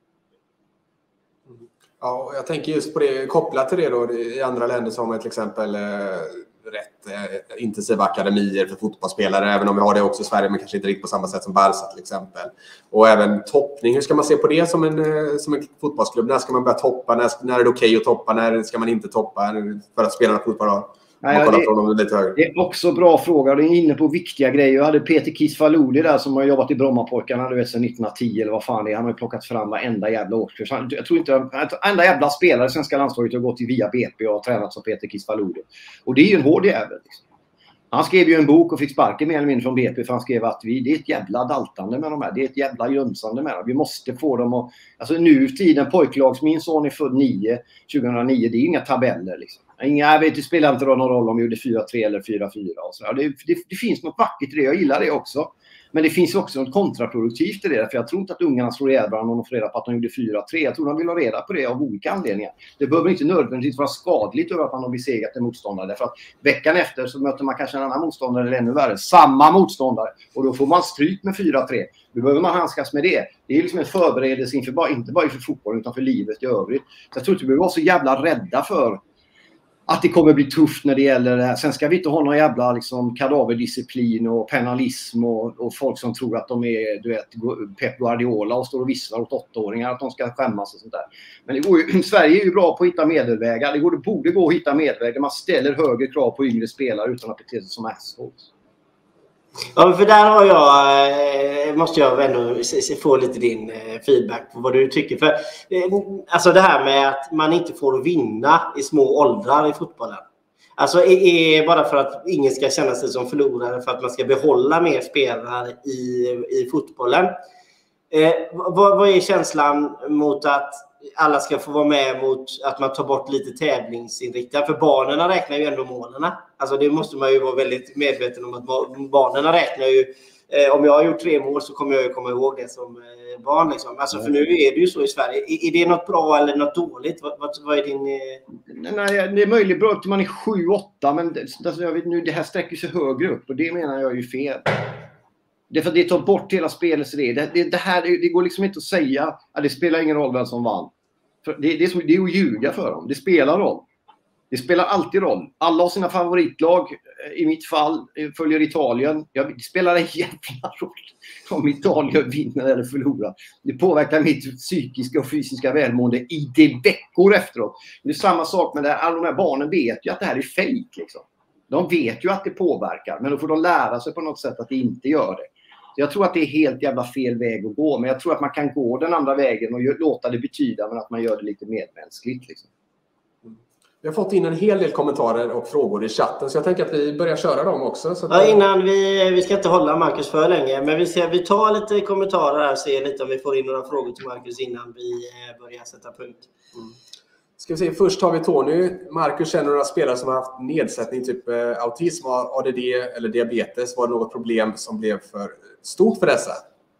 Ja, jag tänker just på det, kopplat till det då, i andra länder som till exempel rätt intensiva akademier för fotbollsspelare, även om vi har det också i Sverige, men kanske inte riktigt på samma sätt som Barca till exempel. Och även toppning, hur ska man se på det som en fotbollsklubb? När ska man börja toppa? När är det okej att toppa? När ska man inte toppa för att spela fotboll har? Det är också bra fråga. Du är inne på viktiga grejer. Jag hade Peter Kisfaloli där som har jobbat i Brommapojkarna sedan 1910 eller vad fan det är. Han har ju plockat fram varenda jävla årskurs. Jag tror inte enda jävla spelare i svenska landslaget har gått via BP och har tränat som Peter Kisfaloli. Och det är ju en hård jävel liksom. Han skrev ju en bok och fick sparken mer eller mindre från BP för han skrev att det är ett jävla daltande med de här. Det är ett jävla jönsande med dem. Vi måste få dem att... Alltså nu för tiden, pojklags, min son är född 2009, det är inga tabeller liksom. Jag vet, det spelar inte någon roll om vi gjorde 4-3 eller 4-4 och så. Det finns något vackert i det, jag gillar det också. Men det finns också något kontraproduktivt i det. För jag tror inte att ungarna slår ihjäl varandra om de får reda på att de gjorde 4-3. Jag tror de vill ha reda på det av olika anledningar. Det behöver inte nödvändigtvis vara skadligt över att man har besegrat en motståndare. För att veckan efter så möter man kanske en annan motståndare eller ännu värre. Samma motståndare. Och då får man stryk med 4-3. Då behöver man handskas med det. Det är liksom en förberedelse inför, inte bara för fotboll utan för livet i övrigt. Så jag tror inte vi behöver vara så jävla rädda för att det kommer bli tufft när det gäller det här. Sen ska vi inte ha någon jävla liksom, kadaverdisciplin och penalism och folk som tror att de är Pep Guardiola och står och visslar åt 8-åringar att de ska skämmas och sånt där. Men Sverige är ju bra på att hitta medelvägar. Det borde gå att hitta medelvägar där man ställer högre krav på yngre spelare utan att bete sig som assholes. Ja, för där måste jag ändå få lite din feedback på vad du tycker. För alltså det här med att man inte får vinna i små åldrar i fotbollen. Alltså bara för att ingen ska känna sig som förlorare, för att man ska behålla mer spelare i fotbollen. Vad är känslan mot att alla ska få vara med mot att man tar bort lite tävlingsinriktning? För barnen räknar ju ändå målen. Alltså det måste man ju vara väldigt medveten om, att barnen räknar ju. Om jag har gjort 3 mål så kommer jag ju komma ihåg det som barn. Liksom. Alltså för nu är det ju så i Sverige. Är det något bra eller något dåligt? Vad är din... Nej, det är möjligt bra upp till man är 7-8. Men alltså, jag vet nu, det här sträcker sig högre upp. Och det menar jag är ju fel. Det är för att det tar bort hela spelets idé. Det går liksom inte att säga att det spelar ingen roll vem som vann. För det är att ljuga för dem. Det spelar roll. Det spelar alltid roll. Alla har sina favoritlag. I mitt fall följer Italien. Det spelar en jävla roll om Italien vinner eller förlorar. Det påverkar mitt psykiska och fysiska välmående i de veckor efteråt. Det är samma sak med det här. Alla de här barnen vet ju att det här är fejk liksom. De vet ju att det påverkar. Men då får de lära sig på något sätt att det inte gör det. Så jag tror att det är helt jävla fel väg att gå. Men jag tror att man kan gå den andra vägen och låta det betyda, men att man gör det lite medmänskligt liksom. Vi har fått in en hel del kommentarer och frågor i chatten, så jag tänker att vi börjar köra dem också. Så ja, innan vi ska inte hålla Marcus för länge, men vi tar lite kommentarer här och ser lite om vi får in några frågor till Marcus innan vi börjar sätta punkt. Ska vi se, först har vi Tony. Marcus känner några spelare som har haft nedsättning, typ autism, ADD eller diabetes. Var det något problem som blev för stort för dessa?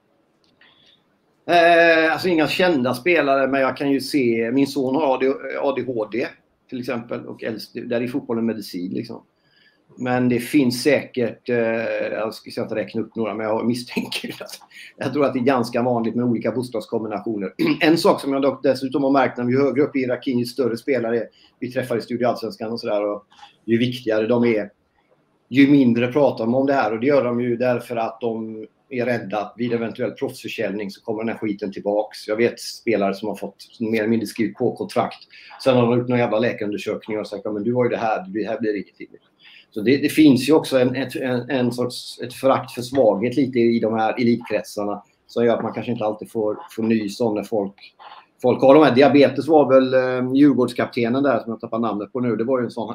Alltså inga kända spelare, men jag kan ju se, min son har ADHD till exempel, och där är fotbollen medicin liksom. Men det finns säkert, jag ska inte räkna upp några, men jag misstänker att jag tror att det är ganska vanligt med olika bostadskombinationer. En sak som jag dock dessutom har märkt när vi högre upp i hierarkin, ju större spelare vi träffar i Studieallsvenskan och sådär, och ju viktigare de är, ju mindre pratar de om det här. Och det gör de ju därför att de är rädda att vid eventuell proffsförsäljning så kommer den här skiten tillbaks. Jag vet spelare som har fått mer eller mindre skrivit på kontrakt. Sen har de gjort någon jävla läkarundersökning och sagt, men du har ju det här blir ingenting. Så det finns ju också en sorts ett förakt för svaghet lite i de här elitkretsarna, som gör att man kanske inte alltid får nys om när folk har de här. Diabetes var väl Djurgårdskaptenen där som jag tappar namnet på nu. Det var ju en sån,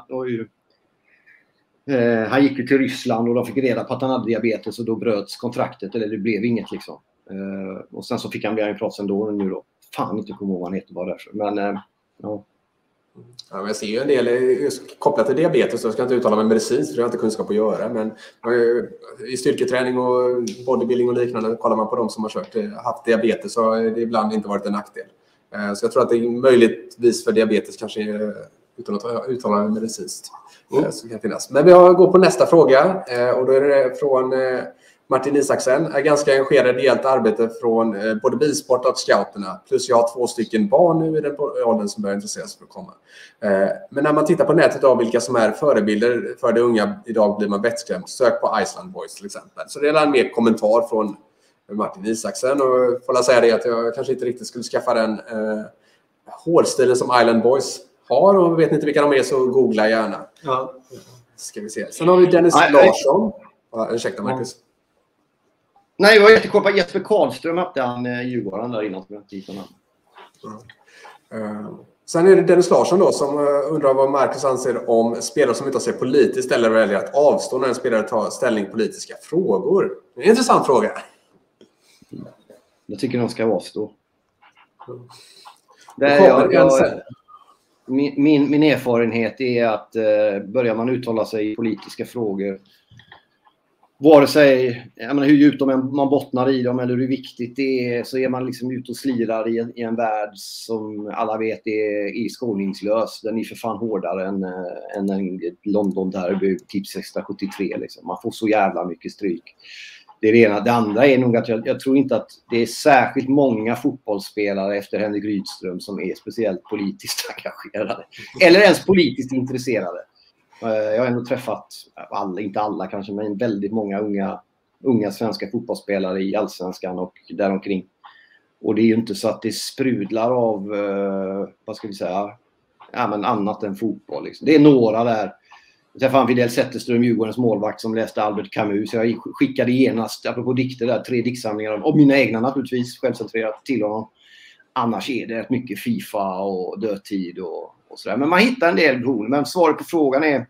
han gick ju till Ryssland och de fick reda på att han hade diabetes och då bröts kontraktet, eller det blev inget liksom. Och sen så fick han bli en proffs ändå nu då. Fan, inte kommer ihåg vad han heter bara därför. Men ja. Ja, men jag ser ju en del kopplat till diabetes, så jag ska inte uttala mig medicinskt för det har jag inte kunskap att göra, men i styrketräning och bodybuilding och liknande, kollar man på de som har haft diabetes så har det ibland inte varit en nackdel. Så jag tror att det är möjligtvis för diabetes kanske utan att uttala mig medicinskt. Så kan finnas. Men vi går på nästa fråga och då är det från Martin Isaksen. Är ganska engagerad i ideellt arbete från både bilsport och scouterna. Plus jag har 2 stycken barn nu i den åldern som börjar intressera sig för att komma. Men när man tittar på nätet av vilka som är förebilder för de unga idag blir man vettskrämd. Sök på Iceland Boys till exempel. Så det är en mer kommentar från Martin Isaksen. Och får jag säga det att jag kanske inte riktigt skulle skaffa den hårstilen som Island Boys har, och vet ni inte vilka de är så googla gärna. Ja. Ska vi se. Sen har vi Dennis Larsson. Ursäkta Marcus. Nej, jag var jättekoll på Jesper Karlström, att han Djurgården där innan som jag inte hittar namn. Sen är det Dennis Larsson då som undrar vad Marcus anser om spelare som inte ser politiskt eller väljer att avstå när en spelare tar ställning politiska frågor. Det är en intressant fråga. Jag tycker de ska avstå. Min erfarenhet är att börjar man uttala sig i politiska frågor, vare sig hur djupt man bottnar i dem eller hur viktigt det är, så är man liksom ute och slirar i en värld som alla vet är skoningslös. Den är för fan hårdare än en London Derby typ 673 liksom. Man får så jävla mycket stryk. Det är det ena. Det andra är nog att jag tror inte att det är särskilt många fotbollsspelare efter Henrik Rydström som är speciellt politiskt engagerade. Eller ens politiskt intresserade. Jag har ändå träffat, inte alla kanske, men väldigt många unga svenska fotbollsspelare i Allsvenskan och däromkring. Och det är ju inte så att det sprudlar av, vad ska vi säga, annat än fotboll. Liksom. Det är några där. Jag träffade Fidel Zetterström, Djurgårdens målvakt, som läste Albert Camus. Så jag skickade genast, apropå dikter där, 3 diktsamlingar och mina egna naturligtvis, självcentrerat till honom. Annars är det rätt mycket FIFA och dödtid och sådär. Men man hittar en del behov. Men svaret på frågan är,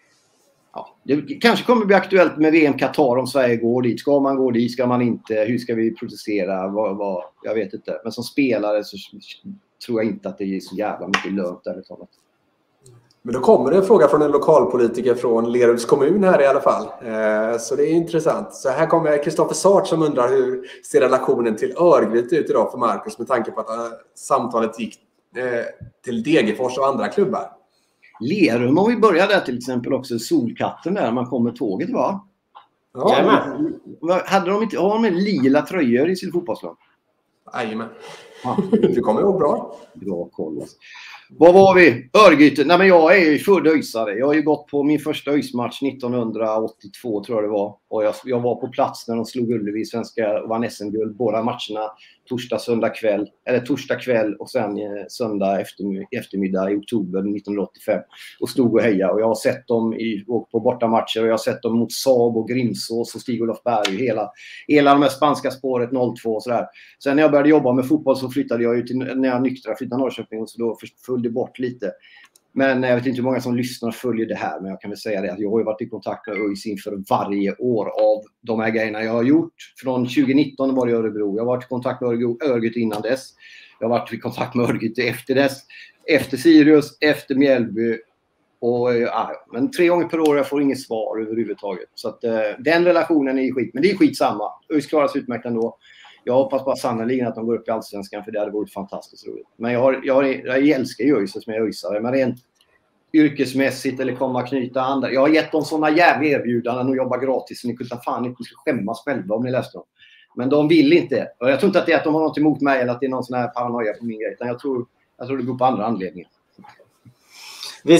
det kanske kommer bli aktuellt med VM Qatar om Sverige går dit. Ska man gå dit? Ska man inte? Hur ska vi protestera? Jag vet inte. Men som spelare så tror jag inte att det är så jävla mycket lönt där. Men då kommer det en fråga från en lokalpolitiker från Leruds kommun här i alla fall. Så det är intressant. Så här kommer Kristoffer Sart som undrar hur ser relationen till Örgryte ut idag för Marcus med tanke på att samtalet gick till Degerfors och andra klubbar. Lerum, om vi börjar där till exempel också, Solkatten där man kommer tåget, va? Ja. Har de lila tröjor i sin fotbollslag? Jajamän. Du kommer ihåg bra. Bra koll. Alltså. Vad var vi? Örgryte. Nej, men jag är ju född öjsare. Jag har ju gått på min första öjsmatch 1982 tror jag det var. Och jag var på plats när de slog Ullevi svenska och vann SM-guld. Båda matcherna torsdag kväll och sen söndag eftermiddag i oktober 1985. Och stod och hejade. Och jag har sett dem på bortamatcher och jag har sett dem mot Saab och Grimsås och Stig-Olof Berg. Hela de här spanska spåret 02 och sådär. Sen när jag började jobba med fotboll så flyttade jag ut när jag nyktrade flyttade Norrköping och så då följde bort lite. Men jag vet inte hur många som lyssnar och följer det här, men jag kan väl säga det att jag har ju varit i kontakt med ÖIS inför varje år av de här grejerna jag har gjort. Från 2019 var det i Örebro. Jag har varit i kontakt med Örgryte innan dess. Jag har varit i kontakt med Örgryte efter dess. Efter Sirius, efter Mjällby. Men 3 gånger per år jag får inget svar överhuvudtaget. Så att den relationen är skit. Men det är skitsamma. ÖIS klarar sig utmärkt ändå. Jag hoppas bara sannolikt att de går upp i Allsvenskan, för det hade varit fantastiskt roligt. Men jag älskar ju ÖIS som jag är öjsare. Men rent yrkesmässigt eller komma knyta andra. Jag har gett dem sådana jävla erbjudanden och jobba gratis så ni kunde fan inte ska skämmas själva om ni läste dem. Men de vill inte. Och jag tror inte att det är att de har något emot mig eller att det är någon sån här paranoia på min grej. Utan jag tror det går på andra anledningar. Vi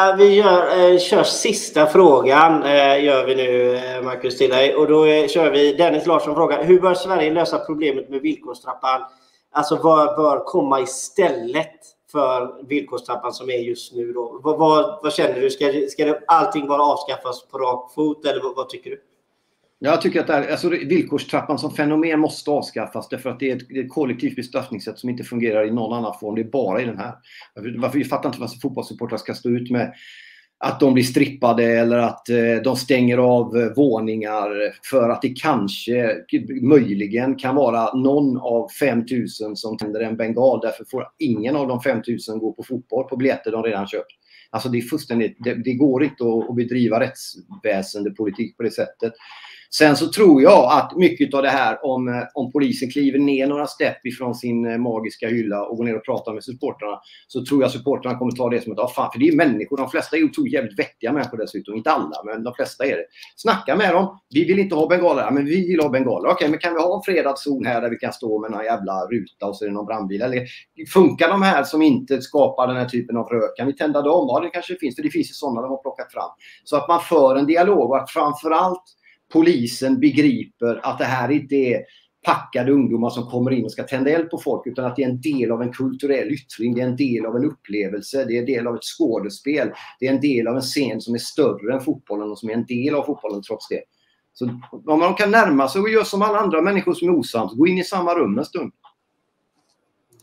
kör sista frågan gör vi nu, Marcus, till dig. Och då kör vi Dennis Larsson fråga. Hur bör Sverige lösa problemet med villkorstrappan? Alltså vad bör komma istället för villkorstrappan som är just nu då? Vad känner du? Ska allting bara avskaffas på rak fot eller vad tycker du? Jag tycker att villkorstrappan som fenomen måste avskaffas därför att det är ett kollektivt bestraffningssätt som inte fungerar i någon annan form. Det är bara i den här. Vi fattar inte varför fotbollssupportrar ska stå ut med att de blir strippade eller att de stänger av våningar för att det kanske möjligen kan vara någon av 5000 som tänder en bengal. Därför får ingen av de 5000 gå på fotboll på biljetter de redan köpt. Alltså det är fullständigt, det går inte att bedriva rättsväsendepolitik på det sättet. Sen så tror jag att mycket av det här om polisen kliver ner några stepp ifrån sin magiska hylla och går ner och pratar med supportrarna, så tror jag supportrarna kommer ta det som att fan, för det är människor, de flesta är ju jävligt vettiga människor dessutom, inte alla men de flesta är det. Snacka med dem, vi vill inte ha bengaler, men vi vill ha bengaler. Okej, men kan vi ha en fredad zon här där vi kan stå med någon jävla ruta och så är det någon brandbil, eller funkar de här som inte skapar den här typen av rök, kan vi tända dem? Ja, det kanske finns, för det finns ju sådana de har plockat fram. Så att man för en dialog och att framförallt polisen begriper att det här inte är packade ungdomar som kommer in och ska tända eld på folk, utan att det är en del av en kulturell yttring, det är en del av en upplevelse, det är en del av ett skådespel, det är en del av en scen som är större än fotbollen och som är en del av fotbollen trots det. Så om man kan närma sig och göra som alla andra människor som är osams, gå in i samma rum en stund.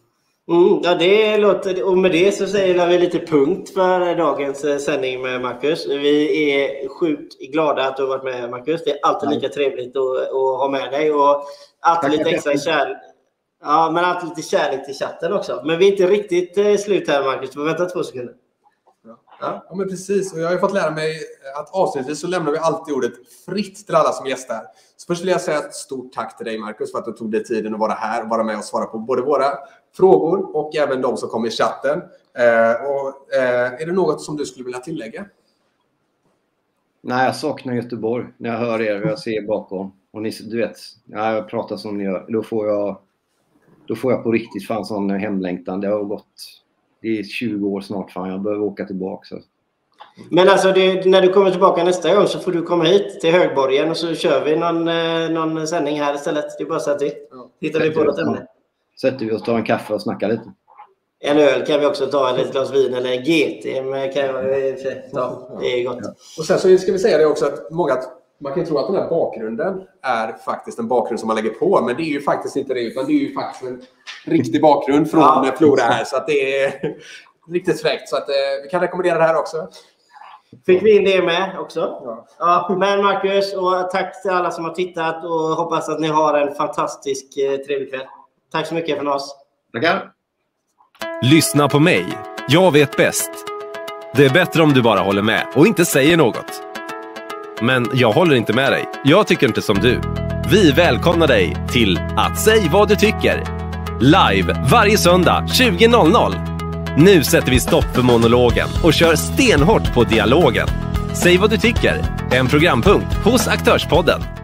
Ja, det låter, och med det så säger vi lite punkt för dagens sändning med Marcus. Vi är sjukt glada att du har varit med, Marcus. Det är alltid lika trevligt att ha med dig och alltid lite extra kärlek. Ja, men alltid lite kärlek till chatten också. Men vi är inte riktigt slut här, Marcus. Vi får vänta 2 sekunder. Ja, men precis. Och jag har ju fått lära mig att avslutningsvis så lämnar vi alltid ordet fritt till alla som gästar. Så först vill jag säga ett stort tack till dig, Marcus, för att du tog dig tiden att vara här och vara med och svara på både våra frågor och även de som kom i chatten. Är det något som du skulle vilja tillägga? Nej, jag saknar Göteborg när jag hör er och jag ser bakom. Och ni, du vet, jag pratar som ni gör. Då får jag på riktigt fan sån hemlängtan. Det har gått... Det är 20 år snart, fan. Jag behöver åka tillbaka. Så. Men alltså, när du kommer tillbaka nästa gång så får du komma hit till Högborgen och så kör vi någon sändning här istället. Det är bara så att hittar vi på något ämne. Sätter vi oss, tar en kaffe och snackar lite. En öl kan vi också ta, eller ett glas vin eller en GT kan vi ta. Det är gott. Och sen så ska vi säga det också att man kan tro att den här bakgrunden är faktiskt en bakgrund som man lägger på. Men det är ju faktiskt inte det, utan det är ju faktiskt en riktig bakgrund från Flora här. Så att det är riktigt fräckt. Så att vi kan rekommendera det här också. Fick vi in det med också? Ja, men Marcus, och tack till alla som har tittat och hoppas att ni har en fantastisk trevlig kväll. Tack så mycket från oss. Tackar. Lyssna på mig. Jag vet bäst. Det är bättre om du bara håller med och inte säger något. Men jag håller inte med dig. Jag tycker inte som du. Vi välkomnar dig till att säg vad du tycker. Live varje söndag 20.00. Nu sätter vi stopp för monologen och kör stenhårt på dialogen. Säg vad du tycker. En programpunkt hos Aktörspodden.